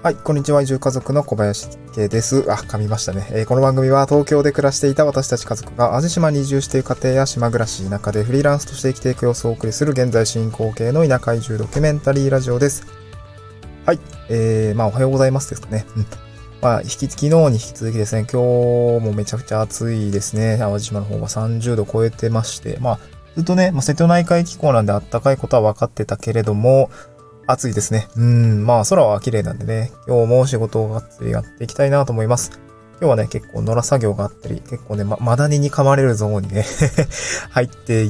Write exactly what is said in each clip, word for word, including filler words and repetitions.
はい、こんにちは。移住家族の小林圭です。あ、噛みましたね、えー。この番組は東京で暮らしていた私たち家族が淡路島に移住している家庭や島暮らし、田舎でフリーランスとして生きていく様子をお送りする現在進行形の田舎移住ドキュメンタリーラジオです。はい、えー、まあおはようございますですかね。うん。まあ、引き、昨日に引き続きですね、今日もめちゃくちゃ暑いですね。淡路島の方がさんじゅうど超えてまして、まあ、ずっとね、まあ、瀬戸内海気候なんで暖かいことは分かってたけれども、暑いですね。うん、まあ空は綺麗なんでね、今日も仕事をがっつりやっていきたいなと思います。今日はね、結構野良作業があったり、結構ね、ま、マダニに噛まれるゾーンにね、入っていって、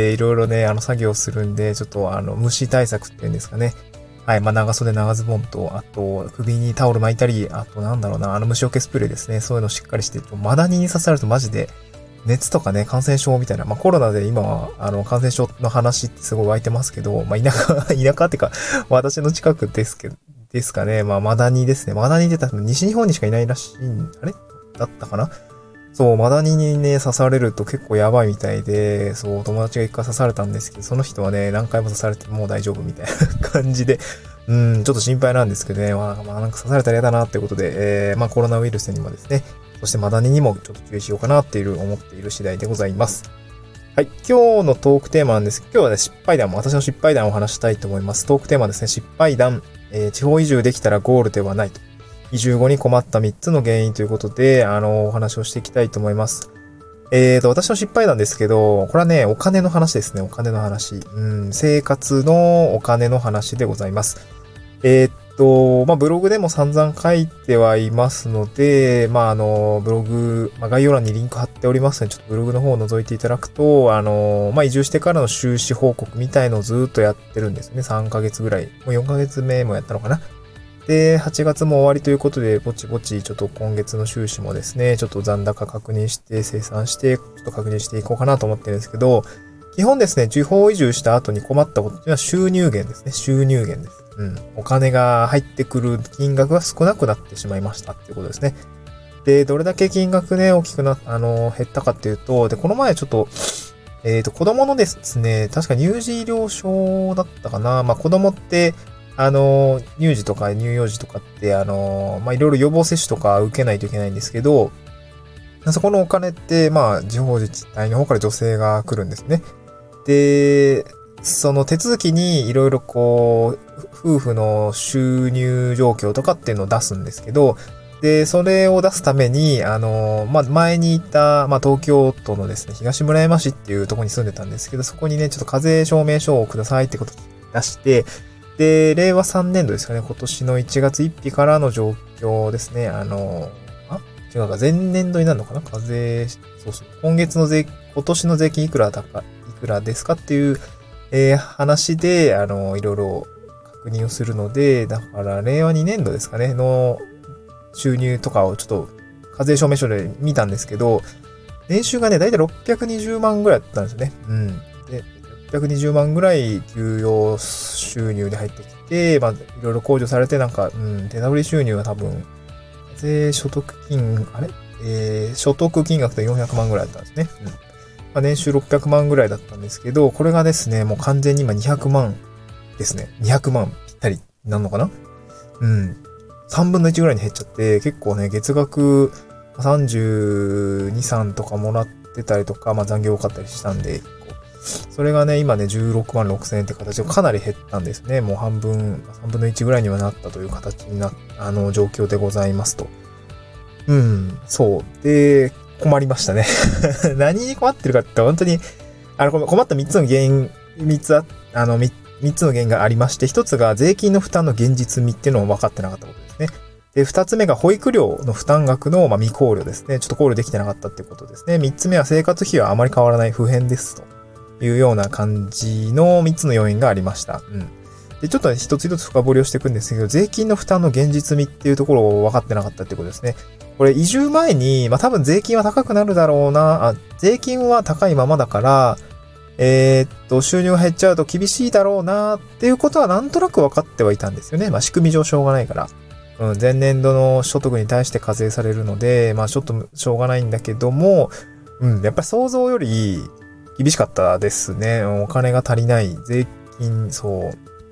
いろいろね、あの作業するんで、ちょっとあの、虫対策っていうんですかね。はい、まあ長袖長ズボンと、あと、首にタオル巻いたり、あとなんだろうな、あの虫除けスプレーですね。そういうのしっかりして、マダニに刺されるとマジで、熱とかね、感染症みたいな。まあ、コロナで今は、あの、感染症の話ってすごい湧いてますけど、まあ、田舎、田舎ってか、私の近くですけど、ですかね。まあ、マダニですね。マダニって多分西日本にしかいないらしい、あれだったかな。そう、マダニにね、刺されると結構やばいみたいで、そう、友達が一回刺されたんですけど、その人はね、何回も刺されてもう大丈夫みたいな感じで、うん、ちょっと心配なんですけどね、まあ、まあ、なんか刺されたら嫌だなってことで、えー、まあ、コロナウイルスにもですね、そしてマダニにもちょっと注意しようかなっていう思っている次第でございます。はい。今日のトークテーマなんですけど、今日はね、失敗談、私の失敗談を話したいと思います。トークテーマですね、失敗談、えー、地方移住できたらゴールではないと。移住後に困ったみっつの原因ということで、あの、お話をしていきたいと思います。えーと、私の失敗なんですけど、これはね、お金の話ですね、お金の話。うん、生活のお金の話でございます。えー、っと、まあ、ブログでも散々書いてはいますので、まあ、あの、ブログ、まあ、概要欄にリンク貼っておりますので、ちょっとブログの方を覗いていただくと、あの、まあ、移住してからの収支報告みたいのをずっとやってるんですね。さんかげつぐらい。もうよんかげつめもやったのかな。で、はちがつも終わりということで、ぼちぼち、ちょっと今月の収支もですね、ちょっと残高確認して、生産して、ちょっと確認していこうかなと思ってるんですけど、基本ですね、地方移住した後に困ったことっていうのは収入源ですね。収入源です。うん。お金が入ってくる金額が少なくなってしまいましたっていうことですね。で、どれだけ金額ね、大きくな、あの、減ったかっていうと、で、この前ちょっと、えっと、子供のですね、確か乳児医療証だったかな。まあ、子供って、あの、乳児とか乳幼児とかって、あの、まあ、いろいろ予防接種とか受けないといけないんですけど、そこのお金って、まあ、地方自治体の方から助成が来るんですね。で、その手続きにいろいろこう、夫婦の収入状況とかっていうのを出すんですけど、で、それを出すために、あの、まあ、前にいた、まあ、東京都のですね、東村山市っていうところに住んでたんですけど、そこにね、ちょっと課税証明書をくださいってことを出して、で、れいわさんねんどですかね、今年のいちがつついたちからの状況ですね、あの、あ違うか、前年度になるのかな課税、そうそう、今月の税、今年の税金いくらだか、いくらですかっていう、えー、話で、あの、いろいろ確認をするので、だから、れいわにねんどですかね、の収入とかをちょっと、課税証明書で見たんですけど、年収がね、だいたいろっぴゃくにじゅうまんぐらいだったんですよね。うん。で、ろっぴゃくにじゅうまんぐらい給与収入で入ってきて、まあ、いろいろ控除されて、なんか、うん、手取り収入は多分、税所得金、あれえー、所得金額でよんひゃくまんぐらいだったんですね。うん。まあ、年収ろっぴゃくまんぐらいだったんですけど、これがですね、もう完全に今にひゃくまんですね。にひゃくまんぴったりになるのかな。うん。さんぶんのいちぐらいに減っちゃって、結構ね、月額さんじゅうに、さんとかもらってたりとか、まあ残業多かったりしたんで、それがね、今ね、じゅうろくまんろくせんえんって形でかなり減ったんですね。もう半分、さんぶんのいちぐらいにはなったという形にな、あの、状況でございますと。うん、そう。で、困りましたね。何に困ってるかって本当に、あの、困ったみっつの原因、みっつあ、あの、みっつの原因がありまして、ひとつが税金の負担の現実味っていうのを分かってなかったことですね。で、ふたつめが保育料の負担額の、まあ、未考慮ですね。ちょっと考慮できてなかったっていうことですね。みっつめは生活費はあまり変わらない不変ですというような感じのみっつの要因がありました。うん。で、ちょっとね、一つ一つ深掘りをしていくんですけど、税金の負担の現実味っていうところを分かってなかったってことですね。これ移住前に、まあ、多分税金は高くなるだろうな、あ、税金は高いままだから、えー、っと、収入が減っちゃうと厳しいだろうなっていうことはなんとなく分かってはいたんですよね。まあ、仕組み上しょうがないから。うん、前年度の所得に対して課税されるので、まあ、ちょっとしょうがないんだけども、うん、やっぱり想像より厳しかったですね。お金が足りない。税金、そう。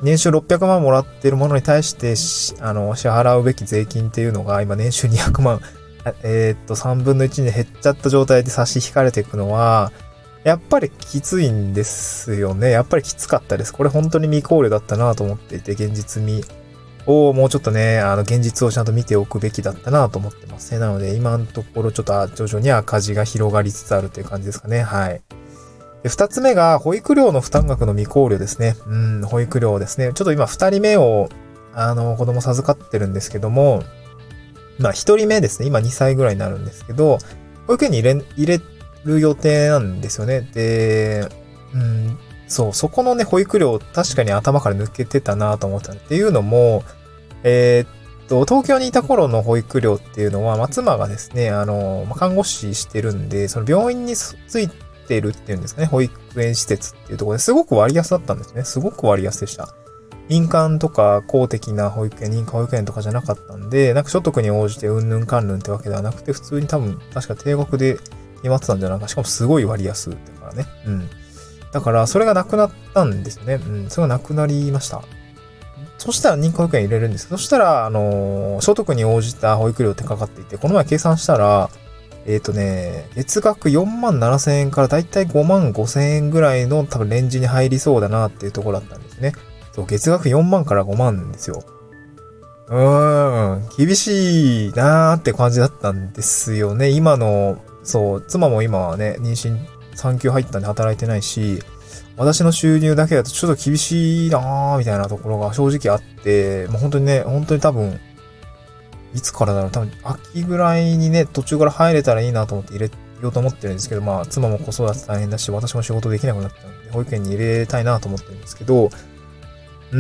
年収ろっぴゃくまんもらってるものに対して、あの、支払うべき税金っていうのが、今年収にひゃくまん、えー、っと、さんぶんのいちに減っちゃった状態で差し引かれていくのは、やっぱりきついんですよね。やっぱりきつかったです。これ本当に未考慮だったなと思っていて、現実味をもうちょっとね、あの、現実をちゃんと見ておくべきだったなと思ってますね。なので、今のところちょっと徐々に赤字が広がりつつあるという感じですかね。はい。で、二つ目が、保育料の負担額の未考慮ですね。うん、保育料ですね。ちょっと今二人目を、あの、子供授かってるんですけども、まあ一人目ですね。今にさいぐらいになるんですけど、保育園に入れ、入れる予定なんですよね。で、うん、そう、そこのね、保育料確かに頭から抜けてたなと思ったっていうのも、えー、っと、東京にいた頃の保育料っていうのは、まあ、妻がですね、あの、まあ、看護師してるんで、その病院についてるっていうんですかね、保育園施設っていうところですごく割安だったんですね。すごく割安でした。民間とか公的な保育園、認可保育園とかじゃなかったんで、なんか所得に応じてうんぬんかんぬんってわけではなくて、普通に多分、確か定額で決まってたんじゃないか。しかもすごい割安だからね。うん。だから、それがなくなったんですよね。うん。それがなくなりました。そしたら認可保育園入れるんですけど、そしたら、あのー、所得に応じた保育料ってかかっていて、この前計算したら、えっとね、月額よんまんななせんえんからだいたいごまんごせんえんぐらいの多分レンジに入りそうだなっていうところだったんですね。そう、月額よんまんからごまんですよ。うーん、厳しいなーって感じだったんですよね。今の、そう、妻も今はね、妊娠産休入ったんで働いてないし、私の収入だけだとちょっと厳しいなーみたいなところが正直あって、もう本当にね、本当に多分、いつからだろう、多分秋ぐらいにね、途中から入れたらいいなと思って入れようと思ってるんですけど、まあ、妻も子育て大変だし、私も仕事できなくなったんで、保育園に入れたいなと思ってるんですけど、うん、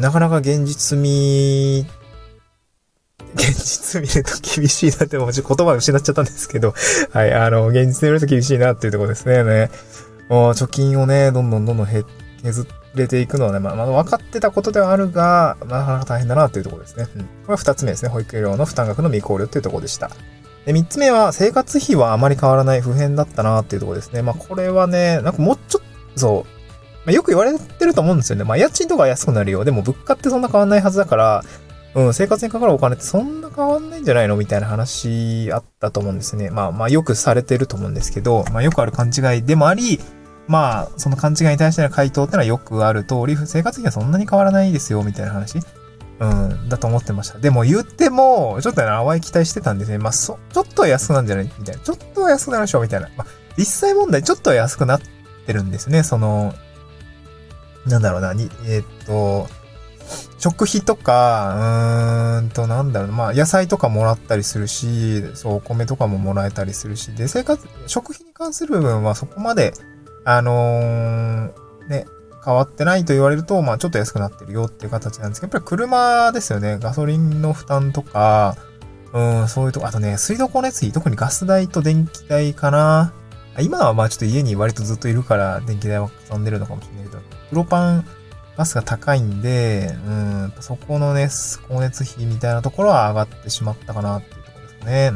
なかなか現実味、現実見ると厳しいなって、もうちょっと言葉を失っちゃったんですけど、はい、あの、現実見ると厳しいなっていうところですね。ね、もう貯金をね、どんどんどんどん減削れていくのはね、まあ、まあ、分かってたことではあるが、まあ、なかなか大変だなっていうところですね。うん。これは二つ目ですね。保育料の負担額の未考慮っていうところでした。で、三つ目は、生活費はあまり変わらない不変だったなっていうところですね。まあ、これはね、なんかもうちょっと、そう、まあ、よく言われてると思うんですよね。まあ、家賃とかは安くなるよ。でも、物価ってそんな変わんないはずだから、うん、生活にかかるお金ってそんな変わんないんじゃないのみたいな話あったと思うんですね。まあ、まあ、よくされてると思うんですけど、まあ、よくある勘違いでもあり、まあ、その勘違いに対しての回答ってのはよくある通り、生活費はそんなに変わらないですよ、みたいな話。うん、だと思ってました。でも言っても、ちょっとね、淡い期待してたんですね。まあ、そ、ちょっとは安くなんじゃないみたいな。ちょっとは安くなるでしょみたいな。まあ、実際問題ちょっとは安くなってるんですね。その、なんだろうな、に、えー、っと、食費とか、うーんと、なんだろう、まあ、野菜とかもらったりするし、そう、お米とかももらえたりするし、で、生活、食費に関する部分はそこまで、あのー、ね、変わってないと言われると、まあちょっと安くなってるよっていう形なんですけど、やっぱり車ですよね。ガソリンの負担とか、うん、そういうとこ、あとね、水道光熱費、特にガス代と電気代かな。今はまあちょっと家に割とずっといるから電気代はかさんでるのかもしれないけど、プロパンガスが高いんで、うん、そこのね、光熱費みたいなところは上がってしまったかなっていうところですかね。うん、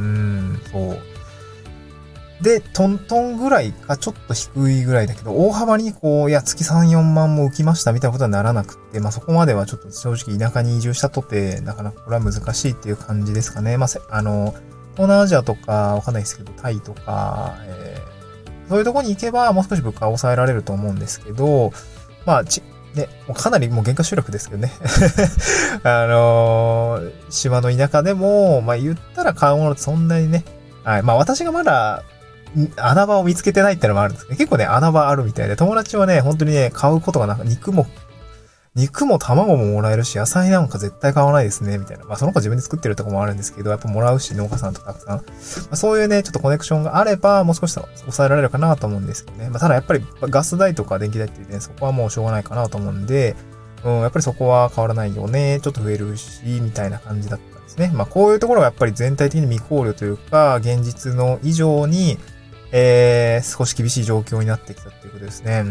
そう。で、トントンぐらいかちょっと低いぐらいだけど、大幅にこう、いや、月さん、よんまんも浮きましたみたいなことはならなくって、まあそこまではちょっと正直田舎に移住したとて、なかなかこれは難しいっていう感じですかね。まあ、あの、東南アジアとか、わかんないですけど、タイとか、えー、そういうとこに行けば、もう少し物価を抑えられると思うんですけど、まあ、ち、ね、もうかなりもう原価集落ですけどね。あのー、島の田舎でも、まあ言ったら買うものってそんなにね、はい。まあ私がまだ、穴場を見つけてないってのもあるんですけど、結構ね、穴場あるみたいで、友達はね、本当にね、買うことがなんか、肉も、肉も卵ももらえるし、野菜なんか絶対買わないですね、みたいな。まあその子自分で作ってるとこもあるんですけど、やっぱもらうし、農家さんとたくさん。まあ、そういうね、ちょっとコネクションがあれば、もう少し抑えられるかなと思うんですけどね。まあただやっぱりガス代とか電気代ってね、そこはもうしょうがないかなと思うんで、うん、やっぱりそこは変わらないよね、ちょっと増えるし、みたいな感じだったんですね。まあこういうところがやっぱり全体的に未考慮というか、現実の以上に、えー、少し厳しい状況になってきたっていうことですね。うん、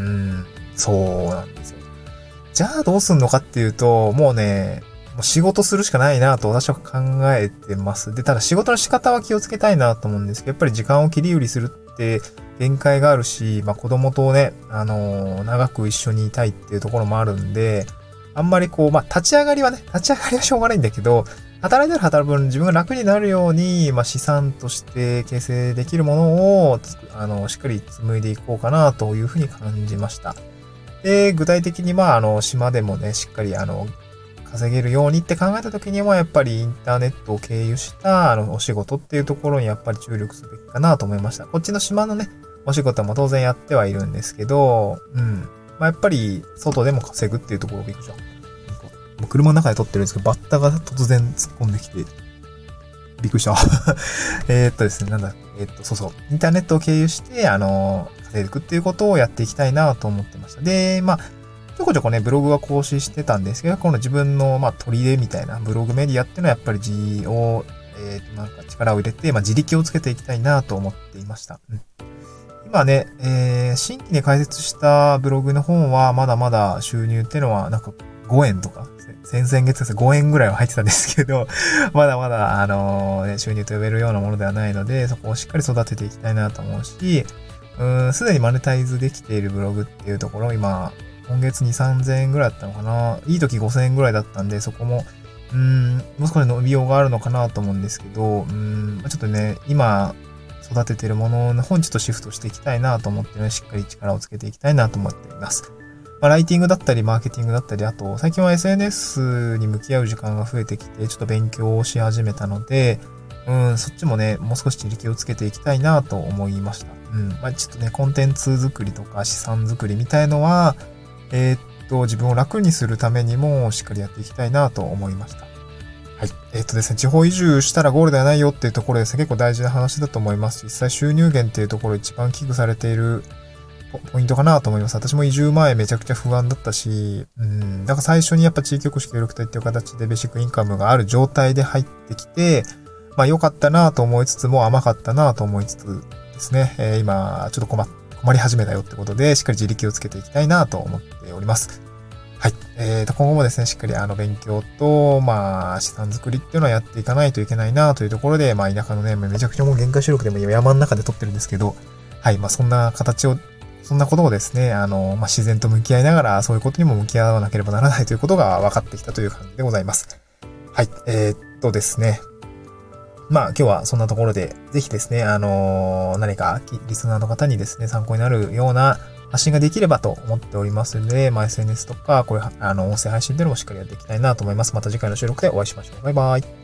そうなんですよ。じゃあどうすんのかっていうと、もうね、もう仕事するしかないなと私は考えてます。で、ただ仕事の仕方は気をつけたいなと思うんですけど、やっぱり時間を切り売りするって限界があるし、まあ子供とね、あのー、長く一緒にいたいっていうところもあるんで、 あんまりこう、まあ、立ち上がりはね、立ち上がりはしょうがないんだけど、働いたら働く分自分が楽になるように、まあ、資産として形成できるものを、あの、しっかり紡いでいこうかなというふうに感じました。で、具体的に、まあ、あの、島でもね、しっかり、あの、稼げるようにって考えた時には、やっぱりインターネットを経由した、あの、お仕事っていうところにやっぱり注力すべきかなと思いました。こっちの島のね、お仕事も当然やってはいるんですけど、うん。まあ、やっぱり、外でも稼ぐっていうところをびっくりした。車の中で撮ってるんですけど、バッタが突然突っ込んできて、びっくりした。えっとですね、なんだ、えー、っと、そうそう。インターネットを経由して、あの、稼いでいくっていうことをやっていきたいなと思ってました。で、まあ、ちょこちょこね、ブログは更新してたんですけど、この自分の、まあ、取り出みたいなブログメディアっていうのはやっぱり自を、えー、っと、なんか力を入れて、まあ、自力をつけていきたいなと思っていました。うん、今ね、えー、新規に開設したブログの本は、まだまだ収入っていうのは、なんかごえんとか、先々月ですごえんぐらいは入ってたんですけど、まだまだ、あのー、収入と呼べるようなものではないので、そこをしっかり育てていきたいなと思うし、うーん、すでにマネタイズできているブログっていうところ、今、今月に、さんぜんえんぐらいだったのかな。いい時ごせんえんぐらいだったんで、そこも、うーん、もう少し伸びようがあるのかなと思うんですけど、うーん、ちょっとね、今、育てているものの方にちょっとシフトしていきたいなと思ってね、しっかり力をつけていきたいなと思っています。まあ、ライティングだったり、マーケティングだったり、あと、最近は エスエヌエス に向き合う時間が増えてきて、ちょっと勉強をし始めたので、うん、そっちもね、もう少し自力をつけていきたいなと思いました。うん、まあ、ちょっとね、コンテンツ作りとか資産作りみたいのは、えー、っと、自分を楽にするためにもしっかりやっていきたいなと思いました。はい。えー、っとですね、地方移住したらゴールではないよっていうところですね、結構大事な話だと思います。実際収入源っていうところ一番危惧されているポイントかなと思います。私も移住前めちゃくちゃ不安だったし、うん、だから最初にやっぱ地域おこし協力隊っていう形でベーシックインカムがある状態で入ってきて、まあ良かったなと思いつつも甘かったなと思いつつですね、えー、今ちょっと困、困り始めたよってことで、しっかり自力をつけていきたいなと思っております。はい。えーと、今後もですね、しっかりあの勉強と、まあ資産作りっていうのはやっていかないといけないなというところで、まあ田舎のね、めちゃくちゃもう限界収録でも山の中で撮ってるんですけど、はい。まあそんな形をそんなことをですね、あの、まあ、自然と向き合いながら、そういうことにも向き合わなければならないということが分かってきたという感じでございます。はい。えー、っとですね。まあ、今日はそんなところで、ぜひですね、あのー、何かリスナーの方にですね、参考になるような発信ができればと思っておりますので、まあ、エスエヌエス とか、こういう、あの、音声配信でもしっかりやっていきたいなと思います。また次回の収録でお会いしましょう。バイバイ。